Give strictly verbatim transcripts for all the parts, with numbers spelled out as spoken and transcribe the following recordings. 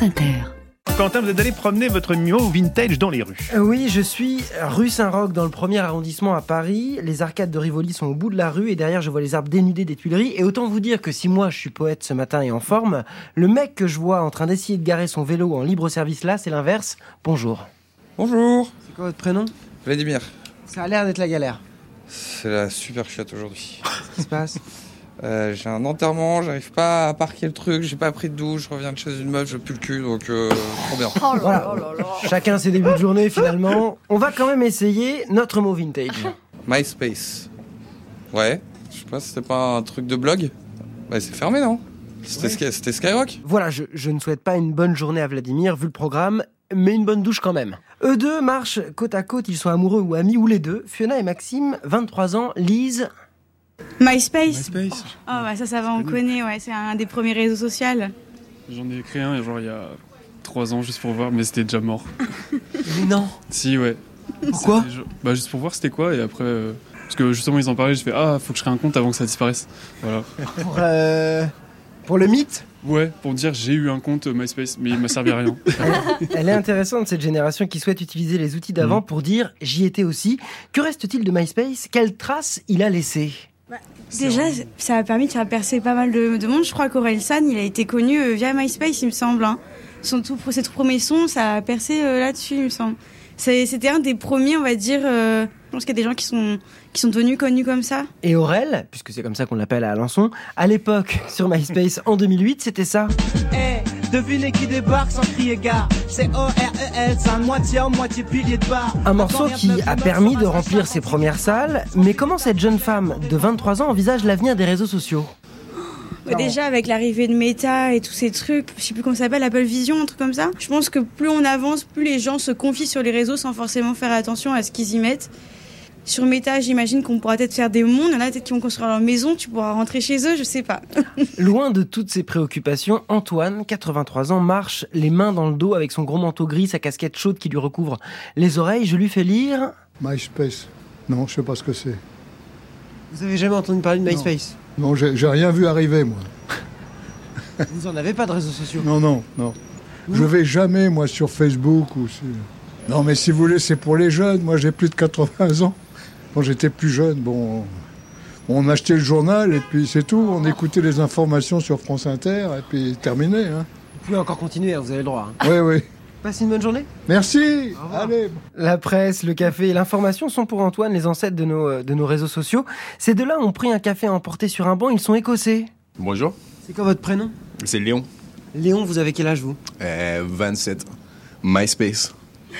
France Inter. Quentin, vous êtes allé promener votre mot vintage dans les rues. Euh, oui, je suis rue Saint-Roch dans le premier arrondissement à Paris. Les arcades de Rivoli sont au bout de la rue et derrière je vois les arbres dénudés des Tuileries. Et autant vous dire que si moi je suis poète ce matin et en forme, le mec que je vois en train d'essayer de garer son vélo en libre service là, c'est l'inverse. Bonjour. Bonjour. C'est quoi votre prénom ? Vladimir. Ça a l'air d'être la galère. C'est la super chiotte aujourd'hui. Qu'est-ce qui se passe ? euh, J'ai un enterrement, j'arrive pas à parquer le truc, j'ai pas pris de douche, je reviens de chez une meuf, je pue le cul, donc euh, trop bien. Oh là voilà. là là. Chacun ses débuts de journée finalement. On va quand même essayer notre mot vintage. MySpace. Ouais, je sais pas, c'était pas un truc de blog ? Bah c'est fermé non ? C'était, ouais. C'était Skyrock ? Voilà, je, je ne souhaite pas une bonne journée à Vladimir vu le programme, mais une bonne douche quand même. Eux deux marchent côte à côte, ils sont amoureux ou amis ou les deux. Fiona et Maxime, vingt-trois ans, Lise... MySpace. MySpace. Oh bah ça, ça va, on connaît, ouais, c'est un des premiers réseaux sociaux. J'en ai créé un genre il y a trois ans juste pour voir, mais c'était déjà mort. Mais non. Si, ouais. Pourquoi ? C'était, bah juste pour voir c'était quoi et après... Euh, parce que justement ils en parlaient, j'ai fait ah faut que je crée un compte avant que ça disparaisse. Voilà. Pour, euh, pour le mythe ? Ouais, pour dire j'ai eu un compte MySpace, mais il m'a servi à rien. Elle, elle est intéressante cette génération qui souhaite utiliser les outils d'avant mmh. pour dire j'y étais aussi. Que reste-t-il de MySpace ? Quelle trace il a laissé ? Bah, déjà, ça a permis de faire percer pas mal de, de monde. Je crois qu'Orelsan, il a été connu euh, via MySpace, il me semble. Hein. Son tout, ses tout premiers sons, ça a percé euh, là-dessus, il me semble. C'est, c'était un des premiers, on va dire. Euh, je pense qu'il y a des gens qui sont, qui sont devenus connus comme ça. Et Aurel, puisque c'est comme ça qu'on l'appelle à Alençon, à l'époque, sur MySpace en deux mille huit, c'était ça. Hey, devinez qui débarque sans crier gare. C'est O R E L, c'est un moitié en moitié pilier de bar. Un morceau qui a permis de remplir ses premières salles. Mais comment cette jeune femme de vingt-trois ans envisage l'avenir des réseaux sociaux ? Ouais, déjà avec l'arrivée de Meta et tous ces trucs, je sais plus comment ça s'appelle, Apple Vision, un truc comme ça. Je pense que plus on avance, plus les gens se confient sur les réseaux sans forcément faire attention à ce qu'ils y mettent. Sur Meta, j'imagine qu'on pourra peut-être faire des mondes. Il y en a peut-être qui vont construire leur maison, tu pourras rentrer chez eux, je sais pas. Loin de toutes ces préoccupations, Antoine, quatre-vingt-trois ans, marche les mains dans le dos avec son gros manteau gris, sa casquette chaude qui lui recouvre les oreilles. Je lui fais lire... MySpace. Non, je sais pas ce que c'est. Vous avez jamais entendu parler de MySpace ? Non, non j'ai, j'ai rien vu arriver, moi. Vous en avez pas de réseaux sociaux ? Non, non, non. Mmh. Je vais jamais, moi, sur Facebook ou sur... Non, mais si vous voulez, c'est pour les jeunes. Moi, j'ai plus de quatre-vingts ans. Quand j'étais plus jeune, bon, on achetait le journal et puis c'est tout. On écoutait les informations sur France Inter et puis terminé. Hein. Vous pouvez encore continuer, vous avez le droit. Hein. Oui, oui. Passez une bonne journée. Merci. Allez. La presse, le café et l'information sont pour Antoine les ancêtres de nos, de nos réseaux sociaux. Ces deux-là ont pris un café à emporter sur un banc, ils sont écossais. Bonjour. C'est quoi votre prénom ? C'est Léon. Léon, vous avez quel âge vous ? euh, vingt-sept. MySpace.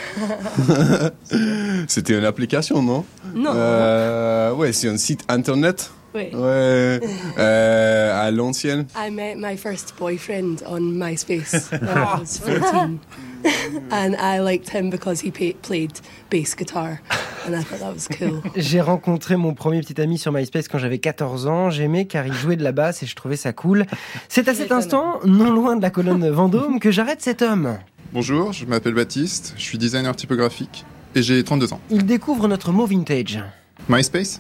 C'était une application, non ? Non. Euh, ouais, c'est un site internet. Oui. Ouais. Euh, à l'ancienne. I met my first boyfriend on MySpace when I was fourteen. And I liked him because he pay- played bass guitar. And I thought that was cool. J'ai rencontré mon premier petit ami sur MySpace quand j'avais quatorze ans. J'aimais car il jouait de la basse et je trouvais ça cool. C'est à cet instant, non loin de la colonne Vendôme, que j'arrête cet homme. Bonjour, je m'appelle Baptiste, je suis designer typographique et j'ai trente-deux ans. Il découvre notre mot vintage. MySpace ?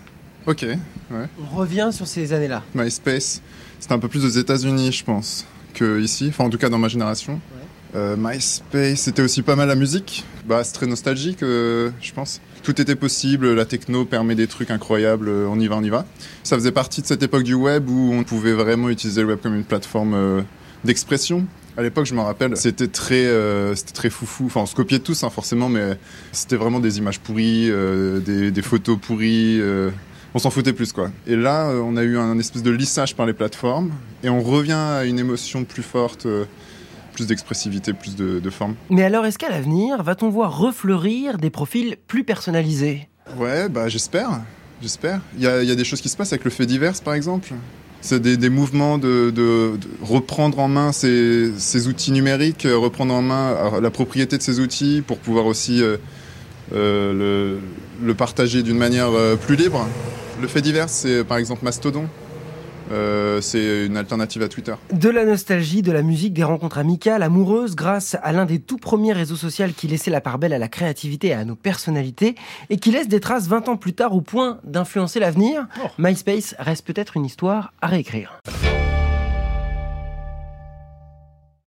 Ok, ouais. On revient sur ces années-là. MySpace, c'était un peu plus aux États-Unis, je pense, qu'ici, enfin en tout cas dans ma génération. Ouais. Euh, MySpace, c'était aussi pas mal la musique. Bah, c'est très nostalgique, euh, je pense. Tout était possible, la techno permet des trucs incroyables, on y va, on y va. Ça faisait partie de cette époque du web où on pouvait vraiment utiliser le web comme une plateforme euh, d'expression. À l'époque, je me rappelle, c'était très, euh, c'était très foufou. Enfin, on se copiait tous, hein, forcément, mais c'était vraiment des images pourries, euh, des, des photos pourries. Euh, on s'en foutait plus, quoi. Et là, euh, on a eu un espèce de lissage par les plateformes, et on revient à une émotion plus forte, euh, plus d'expressivité, plus de, de forme. Mais alors, est-ce qu'à l'avenir, va-t-on voir refleurir des profils plus personnalisés ? Ouais, bah j'espère, j'espère. Il y a, y a des choses qui se passent avec le fait divers, par exemple. C'est des, des mouvements de, de, de reprendre en main ces, ces outils numériques, reprendre en main la propriété de ces outils pour pouvoir aussi euh, euh, le, le partager d'une manière euh, plus libre. Le fait divers, c'est par exemple Mastodon. Euh, c'est une alternative à Twitter. De la nostalgie, de la musique, des rencontres amicales, amoureuses, grâce à l'un des tout premiers réseaux sociaux qui laissait la part belle à la créativité et à nos personnalités, et qui laisse des traces vingt ans plus tard au point d'influencer l'avenir. Oh. MySpace reste peut-être une histoire à réécrire.